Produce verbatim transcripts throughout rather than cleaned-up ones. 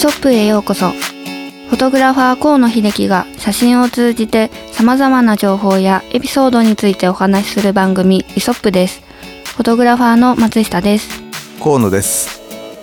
ソップへようこそ。フォトグラファー河野秀樹が写真を通じて様々な情報やエピソードについてお話しする番組イソップです。フォトグラファーの松下です。 河野です。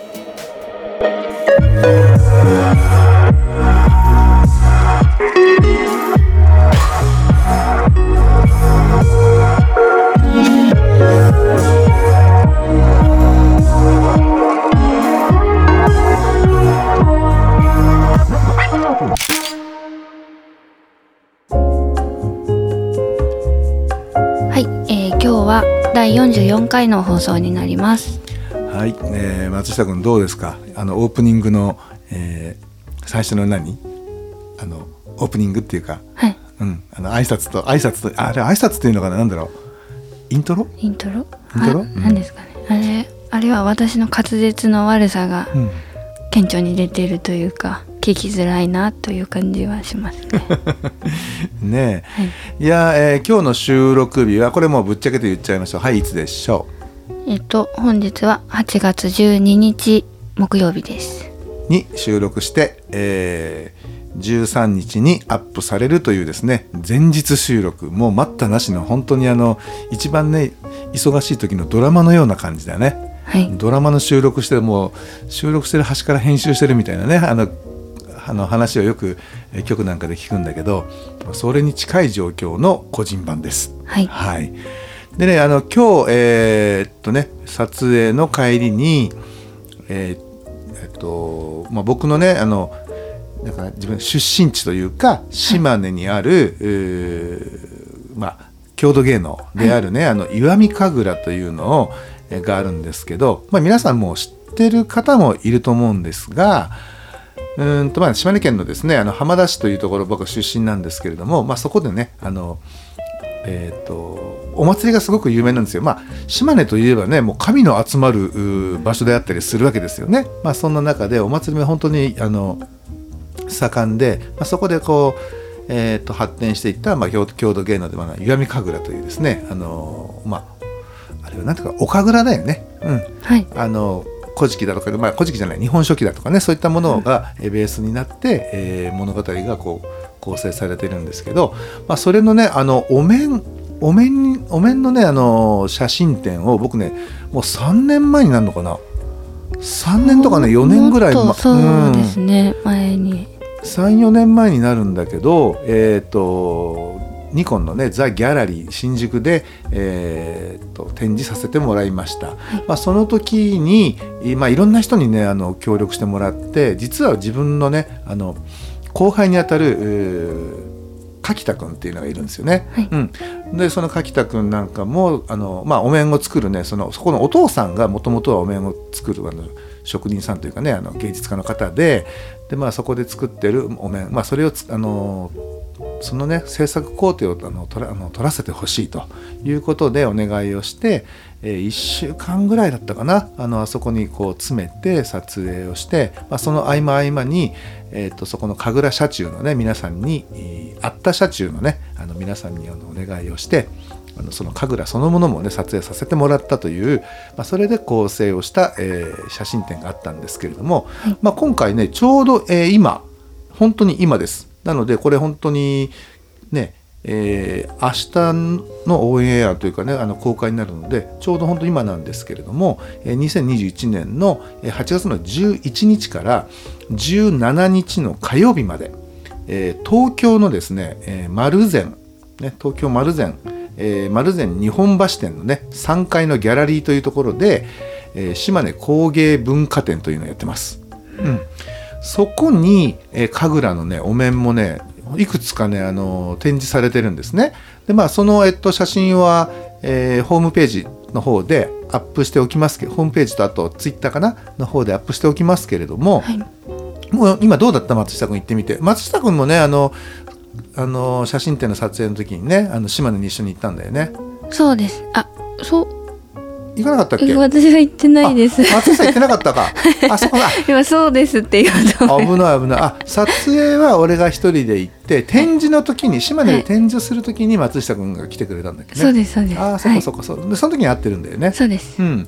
だいよんじゅうよんかいの放送になります。 はい、えー、松下君どうですか。あのオープニングの、えー、最初の何あのオープニングっていうか、 はい、 うん、あの挨拶と挨拶とあれ挨拶っていうのかな、なんだろう、イントロイントロイントロ、 なんですかね、あれあれは私の滑舌の悪さが顕著に出ているというか、聞きづらいなという感じはしますね。 ねえ、 はい、 いや、えー、今日の収録日はこれもうぶっちゃけて言っちゃいましょう。はい、いつでしょう。えっと本日ははちがつじゅうににち木曜日ですに収録して、えー、じゅうさんにちにアップされるというですね、前日収録、もう待ったなしの本当にあの一番ね忙しい時のドラマのような感じだね。 はい、 ドラマの収録して、もう収録してる端から編集してるみたいなね、あのあの話をよく局なんかで聞くんだけど、それに近い状況の個人版です。 はい、 はい、でね、あの今日、えーっとね、撮影の帰りに、えーえっとまあ、僕のね、あのだから自分出身地というか島根にある、はい、まあ、郷土芸能であるね、はい、あの石見神楽というのをがあるんですけど、まあ、皆さんも知ってる方もいると思うんですが、うんとまあ島根県のですね、あの浜田市というところ、僕は出身なんですけれども、まあ、そこでね、あの、えー、とお祭りがすごく有名なんですよ。まあ、島根といえばね、もう神の集まる場所であったりするわけですよね。まあ、そんな中でお祭りも本当にあの盛んで、まあ、そこでこう、えー、と発展していった、まあ、郷土芸能で、まあ、石見神楽というですね、あの、まあ、あれはなんていうかお神楽だよね。うん、はい、あの古事記だとか、まあ、古事記じゃない日本書紀だとかね、そういったものがベースになって、えー、物語がこう構成されているんですけど、まあ、それのね、あのお面お面お面のね、あの写真展を僕ね、もうさんねんまえになるのかな、さんねんとかねよねんぐらい、 ま、そうですね、うん、前にさんよねんまえになるんだけど、えっとニコンのねザ・ギャラリー新宿で、えー、と展示させてもらいました。はい、まあ、その時に、まあ、いろんな人にねあの協力してもらって、実は自分のねあの後輩にあたる柿田君っていうのがいるんですよね。はい、うん、でその柿田君なんかもあの、まあ、お面を作るね、そのそこのお父さんがもともとはお面を作るあの職人さんというかね、あの芸術家の方で、で、まあ、そこで作ってるお面、まあ、それをあのそのね制作工程をあの取ら、あの取らせてほしいということでお願いをして、えー、いっしゅうかんぐらいだったかな、あのあそこにこう詰めて撮影をして、まあ、その合間合間に、えー、とそこの神楽社中のね皆さんに、えー、あった社中のねあの皆さんにあのお願いをして、あのその神楽そのものもね撮影させてもらったという、まあ、それで構成をした、えー、写真展があったんですけれども、はい、まあ、今回ねちょうど、えー、今本当に今です。なのでこれ本当にね、えー、明日のオンエアというかね、あの公開になるのでちょうど本当に今なんですけれども、えー、にせんにじゅういちねんのはちがつのじゅういちにちからじゅうしちにちの火曜日まで、えー、東京のですね、えー、丸善、ね、東京丸善、えー、丸善日本橋店のねさんかいのギャラリーというところで、えー、島根工芸文化展というのをやってます。うん、そこに、えー、神楽のねお面もねいくつかねあの展示されてるんですね。で、まあ、その、えっと、写真は、えー、ホームページの方でアップしておきますけど、ホームページとあとツイッターかなの方でアップしておきますけれども、はい、もう今どうだった？松下君行ってみて。松下君もねあのあの写真展の撮影の時にねあの島根に一緒に行ったんだよね。 そうです。あ、そう行かなかったっけ？ 私は行ってないです。 松下行ってなかったか。あ、そこだ。 今そうですって言うと危ない危ない。あ、撮影は俺が一人で行って展示の時に島根で展示する時に松下君が来てくれたんだっけね。 そうですそうです。 あ、そこそこそう。でその時に会ってるんだよね。 そうです。 うん。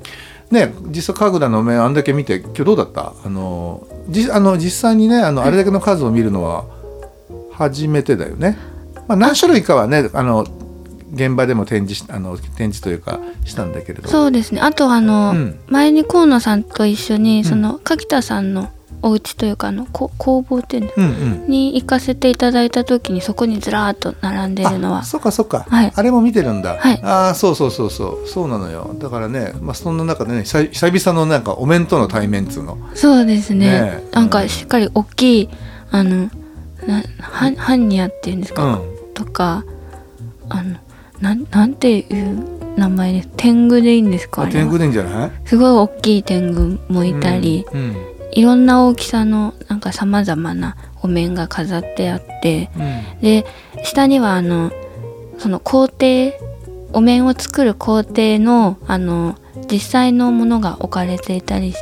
ね、実際神楽のお面あんだけ見て今日どうだった？あのじあの実際にねあの、はい、あれだけの数を見るのは初めてだよね。まあ、何種類かはねあの現場でも展示しあの展示というかしたんだけれど。 そうですね。あとあの、うん、前に河野さんと一緒にその柿田さんのお家というかあの工房っていうの、うんうん、に行かせていただいた時にそこにずらーっと並んでいるのはあ、そっかそっか、 はい、 あれも見てるんだ、 はい、 あそうそうそうそうそうなのよ。だからね、まあ、そんな中でね久々のなんかお面との対面っつうの。 そうですね、ね、なんかしっかり大きいあのなハンニャっていうんですか、うん、とかあのな ん, なんていう名前で天狗でいいんですか？ 天狗でいいんじゃない？すごい大きい天狗もいたり、うんうん、いろんな大きさのなんかさまざまなお面が飾ってあって、うん、で下にはあのその工程お面を作る工程のあの実際のものが置かれていたりして、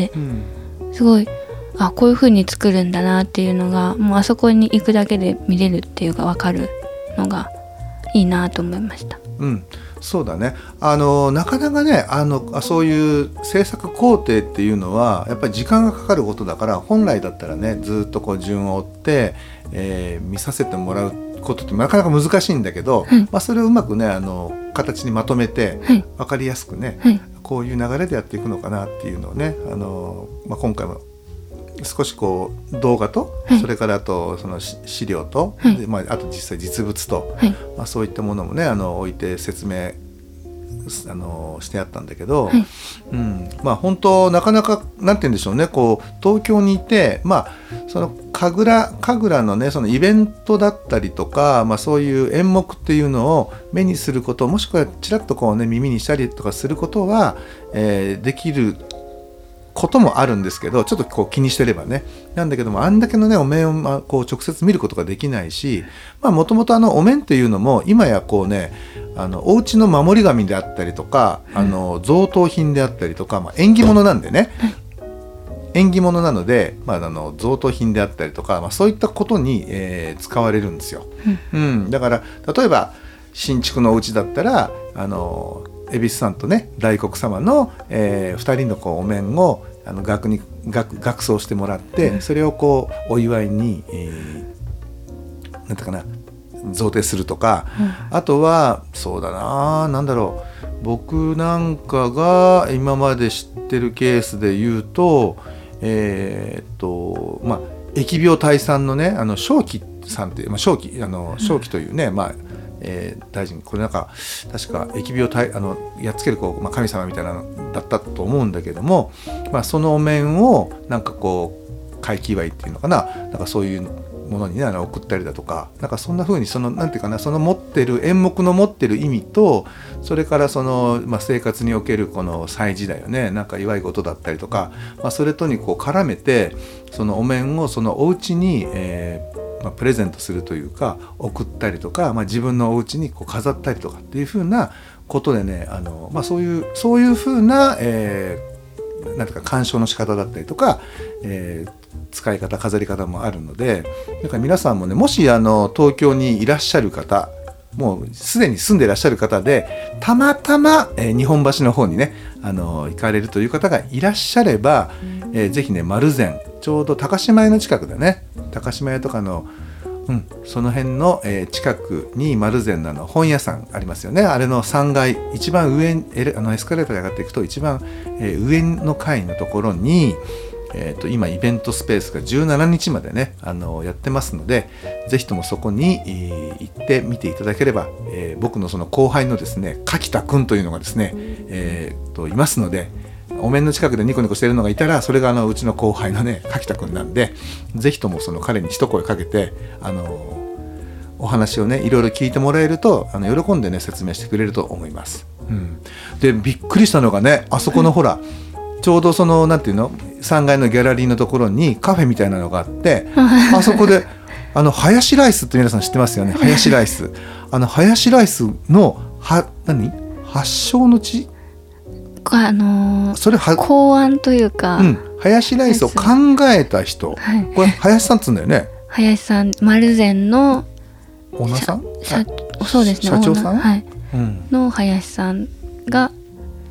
うん、すごいあこういう風に作るんだなっていうのがもうあそこに行くだけで見れるっていうか分かるのがいいなと思いました。 うん、そうだね。あのなかなかねあのそういう制作工程っていうのはやっぱり時間がかかることだから本来だったらねずっとこう順を追って、えー、見させてもらうことってなかなか難しいんだけど、はい、まあ、それをうまくねあの形にまとめて、はい、分かりやすくね、はい、こういう流れでやっていくのかなっていうのをねあの、まあ、今回も少しこう動画と、はい、それからあとその資料と、はい、でまあ、あと実際実物と、はい、まあ、そういったものもねあの置いて説明あのしてあったんだけど、はい、うん、まあ本当なかなかなんて言うんでしょうねこう東京にいてまあその神楽神楽のねそのイベントだったりとか、まあ、そういう演目っていうのを目にすることもしくはちらっとこうね耳にしたりとかすることは、えー、できることもあるんですけどちょっとこう気にしてればねなんだけどもあんだけのねお面をまあこう直接見ることができないしもともとあのお面っていうのも今やこうねあのお家の守り神であったりとかあの贈答品であったりとか、まあ、縁起物なんでね縁起物なので、まあ、あの贈答品であったりとか、まあ、そういったことに、えー、使われるんですよ、うんうん、だから例えば新築のお家だったらあの恵比寿さんとね大黒様の、えー、ふたりのこうお面をあの額に 額, 額装してもらって、うん、それをこうお祝いに、えー、なんてかな贈呈するとか、うん、あとはそうだななんだろう僕なんかが今まで知ってるケースで言うとえー、っとまあ疫病退散のねあの正気さんっていう、まあ、正気あの正気というね、うん、まあえー、大臣これなんか確か疫病をあのやっつけるこう、まあ、神様みたいなのだったと思うんだけども、まあ、そのお面をなんかこう回帰祝いっていうのかななんかそういうものにねあの送ったりだとかなんかそんな風にそのなんていうかなその持ってる演目の持ってる意味とそれからその、まあ、生活におけるこの祭事だよねなんか祝い事だったりとか、まあ、それとにこう絡めてそのお面をそのお家に、えーまあ、プレゼントするというか送ったりとか、まあ、自分のお家にこう飾ったりとかっていう風なことでねあの、まあ、そういうそういう風な、えー、なんていうか鑑賞の仕方だったりとか、えー、使い方飾り方もあるのでだから皆さんもねもしあの東京にいらっしゃる方もうすでに住んでいらっしゃる方でたまたま、えー、日本橋の方にねあの行かれるという方がいらっしゃれば、えー、ぜひね丸善ちょうど高島屋の近くだね高島屋とかの、うん、その辺の、えー、近くに丸善の、の本屋さんありますよねあれのさんがい一番上エレ、あのエスカレーターで上がっていくと一番、えー、上の階のところにえー、と今イベントスペースがじゅうしちにちまでねあのやってますのでぜひともそこに、えー、行ってみていただければ、えー、僕のその後輩のですね柿田くんというのがですね、えー、といますのでお面の近くでニコニコしてるのがいたらそれがあのうちの後輩のね柿田くんなんでぜひともその彼に一声かけてあのお話をねいろいろ聞いてもらえるとあの喜んでね説明してくれると思います、うん、でびっくりしたのがねあそこのほらちょうどそのなんていうのさんがいのギャラリーのところにカフェみたいなのがあってあそこであのハヤシライスって皆さん知ってますよねハヤシライスあのハヤシライスのは何発祥の地あのー、 それは考案というか、 うん、ハヤシライスを考えた人、はい、これ林さんっつうんだよね林さん丸善のオーナーさん社そうですね社長さん、 はいうん、の林さんが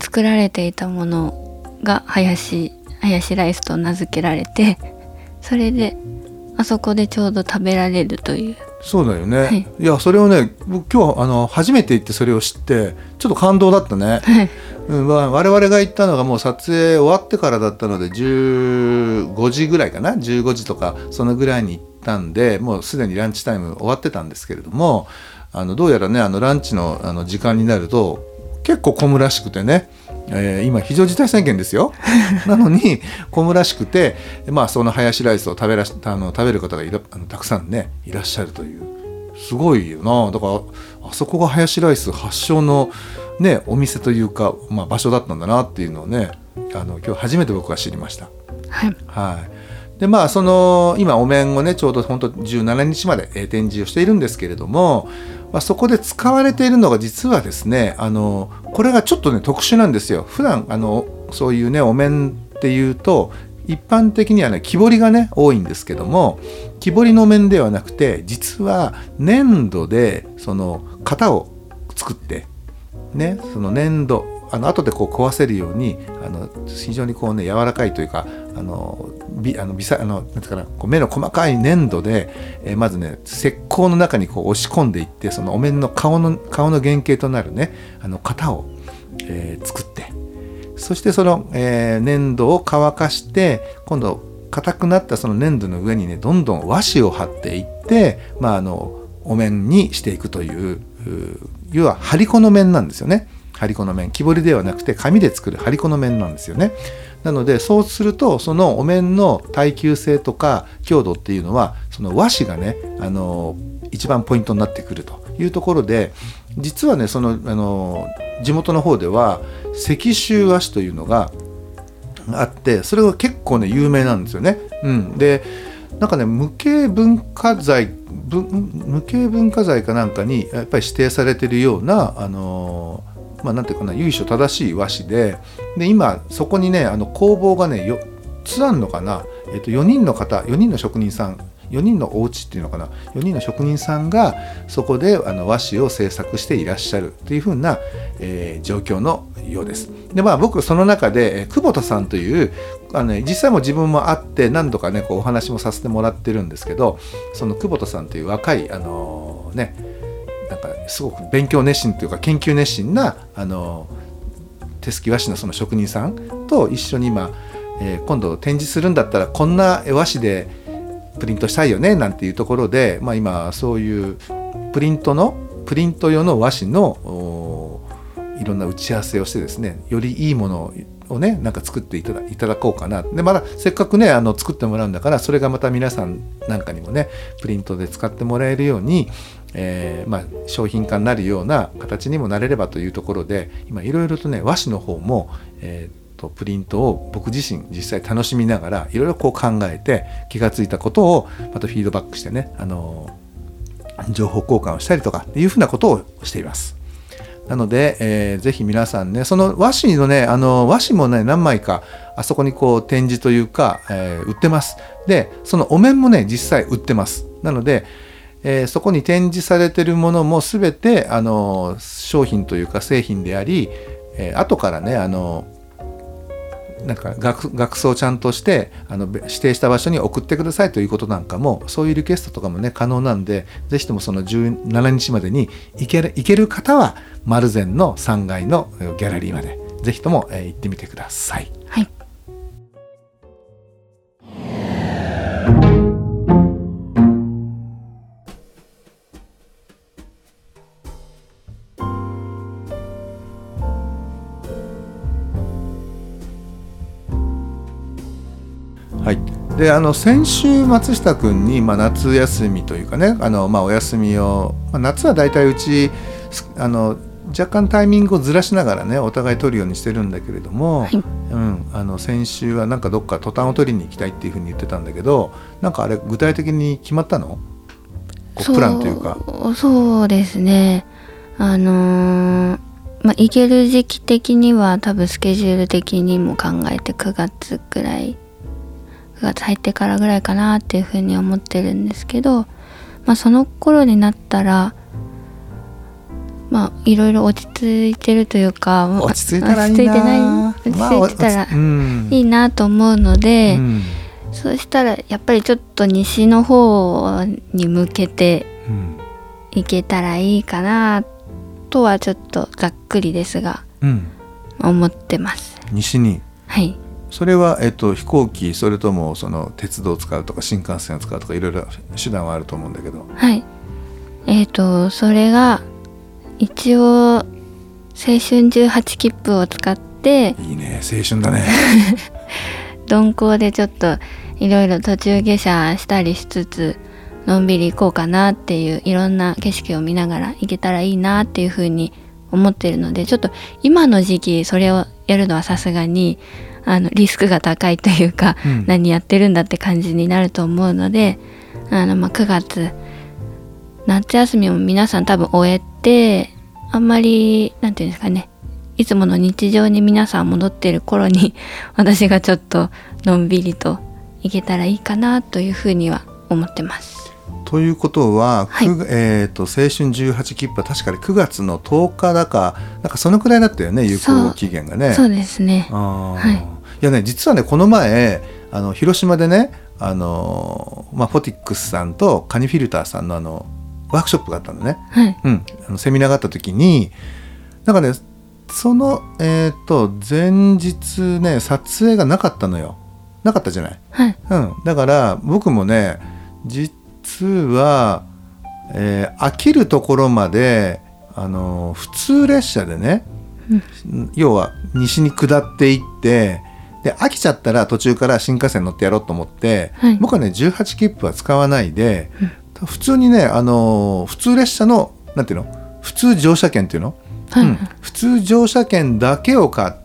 作られていたものがハヤシハヤシライスと名付けられて、それであそこでちょうど食べられるという。 そうだよね、はい、 いやそれをね僕今日あの初めて行ってそれを知ってちょっと感動だったね、 はい、 うん、我々が行ったのがもう撮影終わってからだったのでじゅうごじぐらいかな、じゅうごじとかそのぐらいに行ったんで、もうすでにランチタイム終わってたんですけれども、あのどうやらねあのランチ の, あの時間になると結構混むらしくてね、えー、今非常事態宣言ですよなのに混むらしくて、まあ、そのハヤシライスを食べらしあの食べる方がいらあのたくさんねいらっしゃるという、すごいよな。だからあそこがハヤシライス発祥の、ね、お店というか、まあ、場所だったんだなっていうのをね、あの今日初めて僕は知りました。 はい、 はい、でまあその今お面をねちょうど本当じゅうしちにちまで展示をしているんですけれども、まあ、そこで使われているのが実はですね、あのこれがちょっとね特殊なんですよ。普段あのそういうねお面っていうと一般的にはね木彫りがね多いんですけども、木彫りの面ではなくて実は粘土でその型を作ってね、その粘土あの後でこう壊せるようにあの非常にこうね柔らかいというかあのびあのびさあのなんていうかな、こう目の細かい粘土で、えー、まずね石膏の中にこう押し込んでいって、そのお面の顔の顔の原型となるねあの型を、えー、作って、そしてその、えー、粘土を乾かして今度硬くなったその粘土の上にねどんどん和紙を貼っていって、まあ、あのお面にしていくという、要は張り子の面なんですよね。張り子の面、木彫りではなくて紙で作る張り子の面なんですよね。なのでそうするとそのお面の耐久性とか強度っていうのはその和紙がねあの一番ポイントになってくるというところで、実はねそのあの地元の方では石州和紙というのがあって、それが結構ね有名なんですよね。うん、でなんかね無形文化財無形文化財かなんかにやっぱり指定されているようなあのまあ、なんていうかな由緒正しい和紙で、で今そこにねあの工房がねよっつあんのかな、えっと、よにんの方よにんの職人さんよにんのお家っていうのかな、よにんの職人さんがそこであの和紙を制作していらっしゃるというふうな、えー、状況のようです。でまあ僕その中で、えー、久保田さんというあの、ね、実際も自分も会って何度かねこうお話もさせてもらってるんですけど、その久保田さんという若いあのー、ねなんかすごく勉強熱心というか研究熱心なあの手すき和紙のその職人さんと一緒に今、えー、今度展示するんだったらこんな和紙でプリントしたいよねなんていうところで、まあ、今そういうプリントのプリント用の和紙のいろんな打ち合わせをしてですね、よりいいものをねなんか作っていただ、いただこうかな。でまだせっかくねあの作ってもらうんだから、それがまた皆さんなんかにもねプリントで使ってもらえるように、えーまあ、商品化になるような形にもなれればというところで、今いろいろとね和紙の方も、えー、とプリントを僕自身実際楽しみながらいろいろこう考えて、気がついたことをまたフィードバックしてね、あのー、情報交換をしたりとかっていうふうなことをしています。なので、えー、ぜひ皆さんねその和紙のねあの和紙もね何枚かあそこにこう展示というか、えー、売ってます。でそのお面もね実際売ってます。なのでえー、そこに展示されているものもすべてあの商品というか製品であり、えー、後からねあのなんか 額, 額装ちゃんとしてあの指定した場所に送ってくださいということなんかも、そういうリクエストとかもね可能なんで、ぜひともそのじゅうしちにちまでに行ける、行ける方は丸善のさんがいのギャラリーまでぜひとも、えー、行ってみてください。 はい。 はい、であの先週松下くんに、まあ、夏休みというかねあの、まあ、お休みを、まあ、夏はだいたいうちあの若干タイミングをずらしながらねお互い取るようにしてるんだけれども、はい、うん、あの先週はなんかどっかトタンを取りに行きたいっていうふうに言ってたんだけど、なんかあれ具体的に決まったの？こうプランというか。 そうですね、あのーまあ、行ける時期的には多分スケジュール的にも考えてくがつくらいくがつ入ってからぐらいかなっていうふうに思ってるんですけど、まあ、その頃になったら、 まあいろいろ落ち着いてるというか、 落ち着いたらいいな、 落ち着いてない落ち着いてたらいいなと思うので、まあうん、そうしたらやっぱりちょっと西の方に向けていけたらいいかなとはちょっとざっくりですが、うん、思ってます。 西に、 はい、 それは、えっと、飛行機それともその鉄道を使うとか新幹線を使うとかいろいろ手段はあると思うんだけど、 はい、えっとそれが一応青春じゅうはち切符を使って、 いいね、青春だね鈍行でちょっといろいろ途中下車したりしつつのんびり行こうかなっていう、いろんな景色を見ながら行けたらいいなっていうふうに思ってるので、ちょっと今の時期それをやるのはさすがにあのリスクが高いというか、うん、何やってるんだって感じになると思うので、あのまあくがつ夏休みも皆さん多分終えて、あんまりなんていうんですかね、いつもの日常に皆さん戻っている頃に私がちょっとのんびりと行けたらいいかなというふうには思ってます。 ということは、はい、えー、と青春じゅうはち切符は確かにくがつのとおかだかなんかそのくらいだったよね、有効期限がね。 そう、そうですね。 あ、はい、いやね、実はねこの前あの広島でね、あの、まあ、フォティックスさんとカニフィルターさんのあのワークショップがあったのね、はい、うん、あのセミナーがあった時になんかねその、えー、と前日ね撮影がなかったのよ。なかったじゃない、はい、うん、だから僕もね実は、えー、飽きるところまで、あの普通列車でね、うん、要は西に下っていってで飽きちゃったら途中から新幹線乗ってやろうと思って、はい、僕はねじゅうはち切符は使わないで、うん、普通にね、あの普通列車のなんていうの普通乗車券っていうの、はい、うん、普通乗車券だけを買って、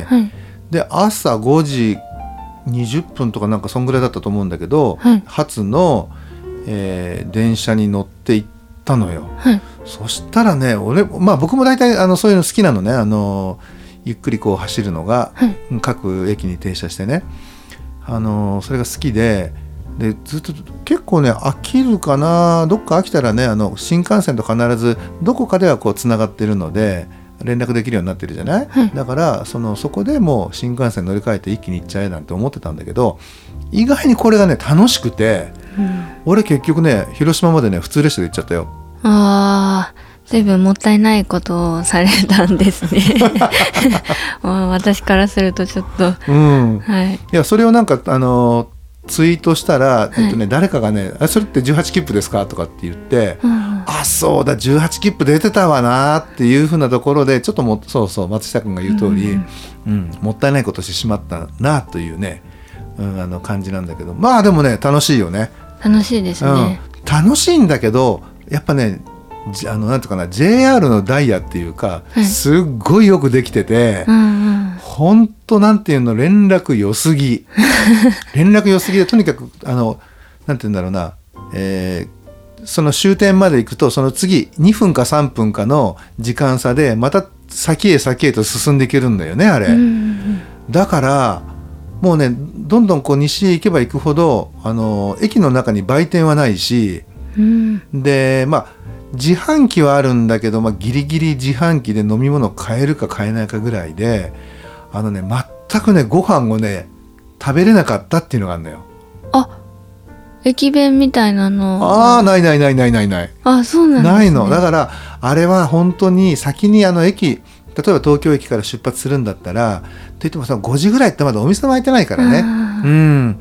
はい、で朝ごじにじゅっぷんとかなんかそんぐらいだったと思うんだけど、はい、初の、えー、電車に乗って行ったのよ、はい、そしたらね俺、まあ、僕も大体あのそういうの好きなのね、あのゆっくりこう走るのが、はい、各駅に停車してね、あのそれが好きで、でずっと結構ね飽きるかな、どっか飽きたらねあの新幹線と必ずどこかではこうつながってるので連絡できるようになってるじゃない、はい、だからそのそこでもう新幹線乗り換えて一気に行っちゃえなんて思ってたんだけど、意外にこれがね楽しくて、うん、俺結局ね広島までね普通列車で行っちゃったよ。 あー、随分もったいないことをされたんですね私からするとちょっと、うん、はい、いやそれをなんかあのツイートしたら、えっとね、はい、誰かがねあそれってじゅうはち切符ですかとかって言って、うん、あそうだじゅうはち切符出てたわなっていう風なところでちょっともそうそう松下君が言う通り、うんうん、もったいないことしてしまったなというね、うん、あの感じなんだけど、まあでもね楽しいよね。 楽しいですね、 うん、楽しいんだけどやっぱねあのなんていうかな ジェイアール のダイヤっていうか、はい、すっごいよくできてて、うんうん、ほんとなんていうの連絡良すぎ連絡良すぎでとにかくあのなんていうんだろうな、えー、その終点まで行くとその次にふんかさんぷんかの時間差でまた先へ先へと進んでいけるんだよねあれ、うんうん、だからもうねどんどんこう西へ行けば行くほどあの駅の中に売店はないし、うん、でまあ自販機はあるんだけど、まあ、ギリギリ自販機で飲み物買えるか買えないかぐらいであのね全くねご飯をね食べれなかったっていうのがあるのよ。 あ、駅弁みたいなのああないないないないないない。 あ、そうなんですね。 ないの。だからあれは本当に先にあの駅例えば東京駅から出発するんだったらといってもさごじぐらいってまだお店も開いてないからね、うん、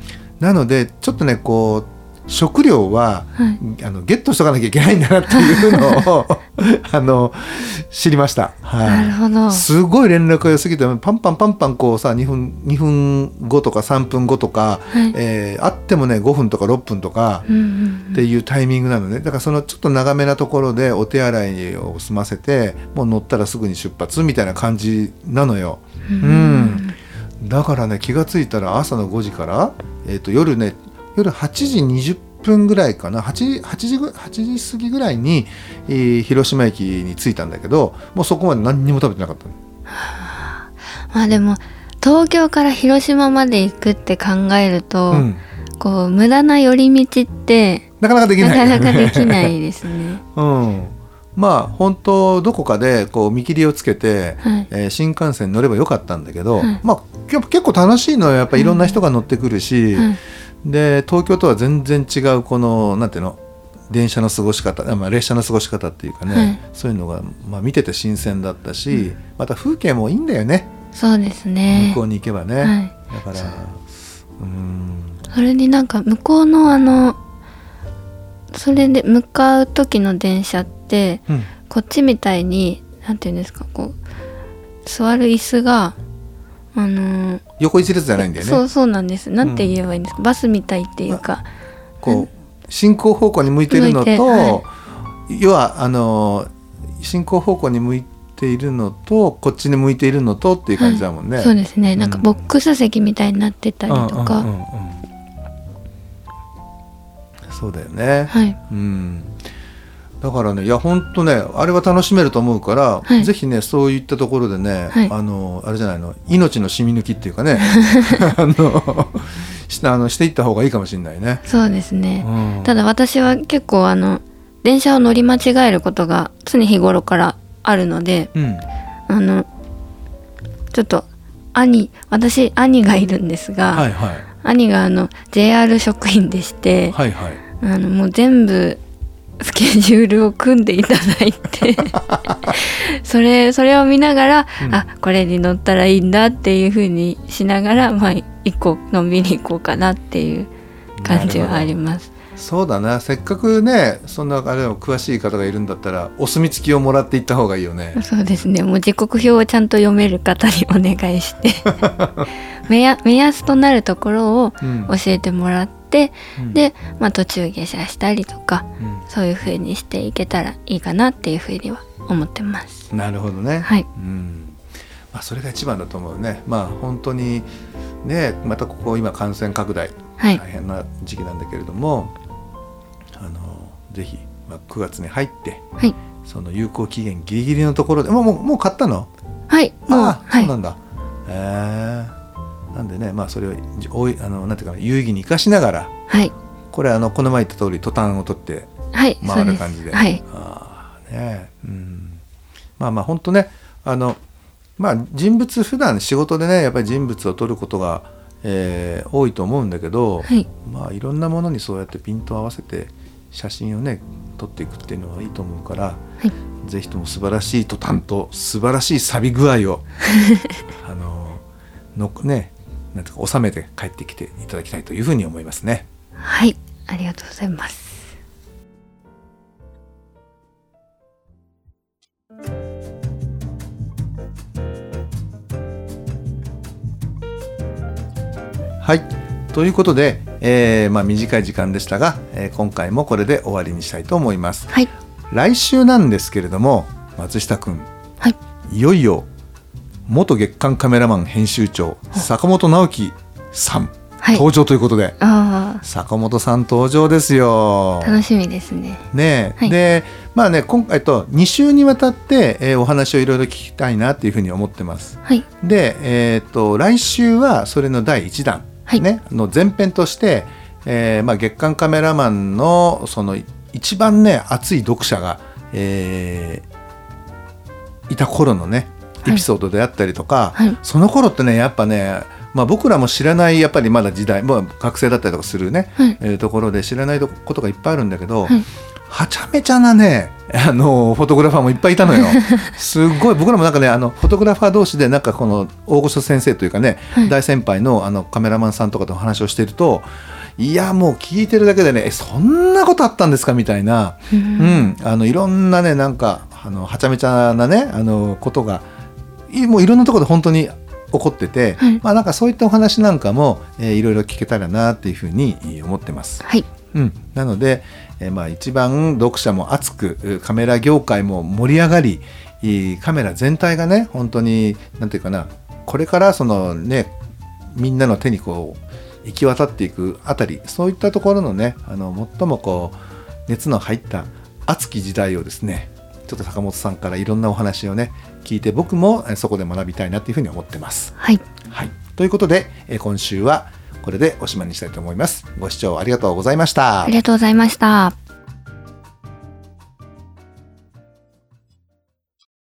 なのでちょっとねこう食料は、はい、あのゲットしとかなきゃいけないんだなっていうのをあの知りました、はい、 なるほど。 すごい連絡が良すぎてパンパンパンパンこうさにふん、にふんごとかさんぷんごとか、はい、えー、あってもねごふんとかろっぷんとかっていうタイミングなのね。だからそのちょっと長めなところでお手洗いを済ませてもう乗ったらすぐに出発みたいな感じなのよ、うん、うん、だからね気がついたら朝のごじから、えーと、夜ね夜はちじにじゅっぷんぐらいかな 8, 時8時はちじ過ぎぐらいに、えー、広島駅に着いたんだけどもうそこまで何にも食べてなかったの、 はあ、まあでも東京から広島まで行くって考えると、うん、こう無駄な寄り道ってなかなかできないなかなかできないですね、 うん、 まあ本当どこかでこう見切りをつけて、 はいえー新幹線に乗ればよかったんだけど、 はいまあやっぱ結構楽しいのよ。やっぱいろんな人が乗ってくるし、 はいで東京とは全然違うこのなんていうの電車の過ごし方、まあ、列車の過ごし方っていうかね、 はいそういうのが、まあ、見てて新鮮だったし、また風景もいいんだよね、 そうですね。 向こうに行けばね、 はいだからうーんそれになんか向こうのあのそれで向かう時の電車ってうんこっちみたいになんていうんですか、こう座る椅子があのー横一列じゃないんだよね。 そうそうなんです。なんて言えばいいんですか、バスみたいっていうか、 こう進行方向に向いてるの向いてと、 は要はあの進行方向に向いているのとこっちに向いているのとっていう感じだもんね、 はいそうですね。なんかうんボックス席みたいになってたりとか、 うんうんうんうんそうだよね、 はいうん、だからねいや本当ねあれは楽しめると思うから、 はいぜひねそういったところでね、 はいあのあれじゃないの命の染み抜きっていうかねあのしあのしていった方がいいかもしれないね、 そうですね。 うん、 ただ私は結構あの電車を乗り間違えることが常日頃からあるので、 うんあのちょっと兄私兄がいるんですが、 はいはい兄があの ジェイアール 職員でして、 はいはいあのもう全部スケジュールを組んでいただいてそれそれを見ながら、 うんあこれに乗ったらいいんだっていう風にしながら、まあ一個のんびり行こうかなっていう感じはあります。 そうだな、せっかくねそんなあれの詳しい方がいるんだったらお墨付きをもらっていった方がいいよね。 そうですね。もう時刻表をちゃんと読める方にお願いして目や目安となるところをうん教えてもらって、 うんで、まあ、途中下車したりとかうんそういう風にしていけたらいいかなっていう風には思ってます。 なるほどね、 はいうんまあ、それが一番だと思うね。まあ本当にねまたここ今感染拡大はい大変な時期なんだけれども、あのぜひ、まあ、くがつに入ってはいその有効期限ギリギリのところでもうもうもう買ったの？ はいもうああ、 はいそうなんだ。へえなんでねまあそれをおいあのなんていうかな有意義に生かしながらはいこれあのこの前言った通りトタンを取ってはい回る感じで、 そうですはいああねうんまあまあ本当ねあのまあ人物普段仕事でねやっぱり人物を撮ることが、えー多いと思うんだけど、 はいまあいろんなものにそうやってピントを合わせて写真をね撮っていくっていうのはいいと思うから、 はいぜひとも素晴らしいトタンと素晴らしい錆具合をあののねなんていうか収めて帰ってきていただきたいというふうに思いますね。 はいありがとうございます。 はいということで、えーまあ、短い時間でしたが、えー今回もこれで終わりにしたいと思います。 はい来週なんですけれども松下くんはいいよいよ元月刊カメラマン編集長坂本直樹さん、 はい登場ということであ坂本さん登場ですよあ。楽しみですね。 ねえ、 はいでまあね今回とに週にわたって、えーお話をいろいろ聞きたいなっていうふうに思ってます。 はいで、えー、と来週はそれのだいいちだん、 はいね、の前編として、えーまあ、月刊カメラマンのその一番ね熱い読者が、えーいた頃のねエピソードであったりとか、 はいその頃ってねやっぱね、まあ、僕らも知らないやっぱりまだ時代、まあ、学生だったりとかするね、 はいえーところで知らないことがいっぱいあるんだけど、 はいはちゃめちゃなねあのフォトグラファーもいっぱいいたのよ。すっごい僕らもなんかねあのフォトグラファー同士でなんかこの大御所先生というかね、 はい大先輩のあのカメラマンさんとかとお話をしているといやもう聞いてるだけでねえそんなことあったんですかみたいな、 ううんん、あのいろんなねなんかあのはちゃめちゃなねあのことがいもういろんなところで本当に起こってて、 はいまあなんかそういったお話なんかも、えーいろいろ聞けたらなっていうふうに思ってます。 はいうん、なので、えーまあ、一番読者も熱くカメラ業界も盛り上がりいいカメラ全体がね本当になんていうかなこれからそのねみんなの手にこう行き渡っていくあたりそういったところのねあの最もこう熱の入った熱き時代をですねちょっと坂本さんからいろんなお話をね聞いて僕もえーそこで学びたいなというふうに思ってます。 はいはい、ということで、えー今週はこれでおしまいにしたいと思います。ご視聴ありがとうございましたあり。がとうございました。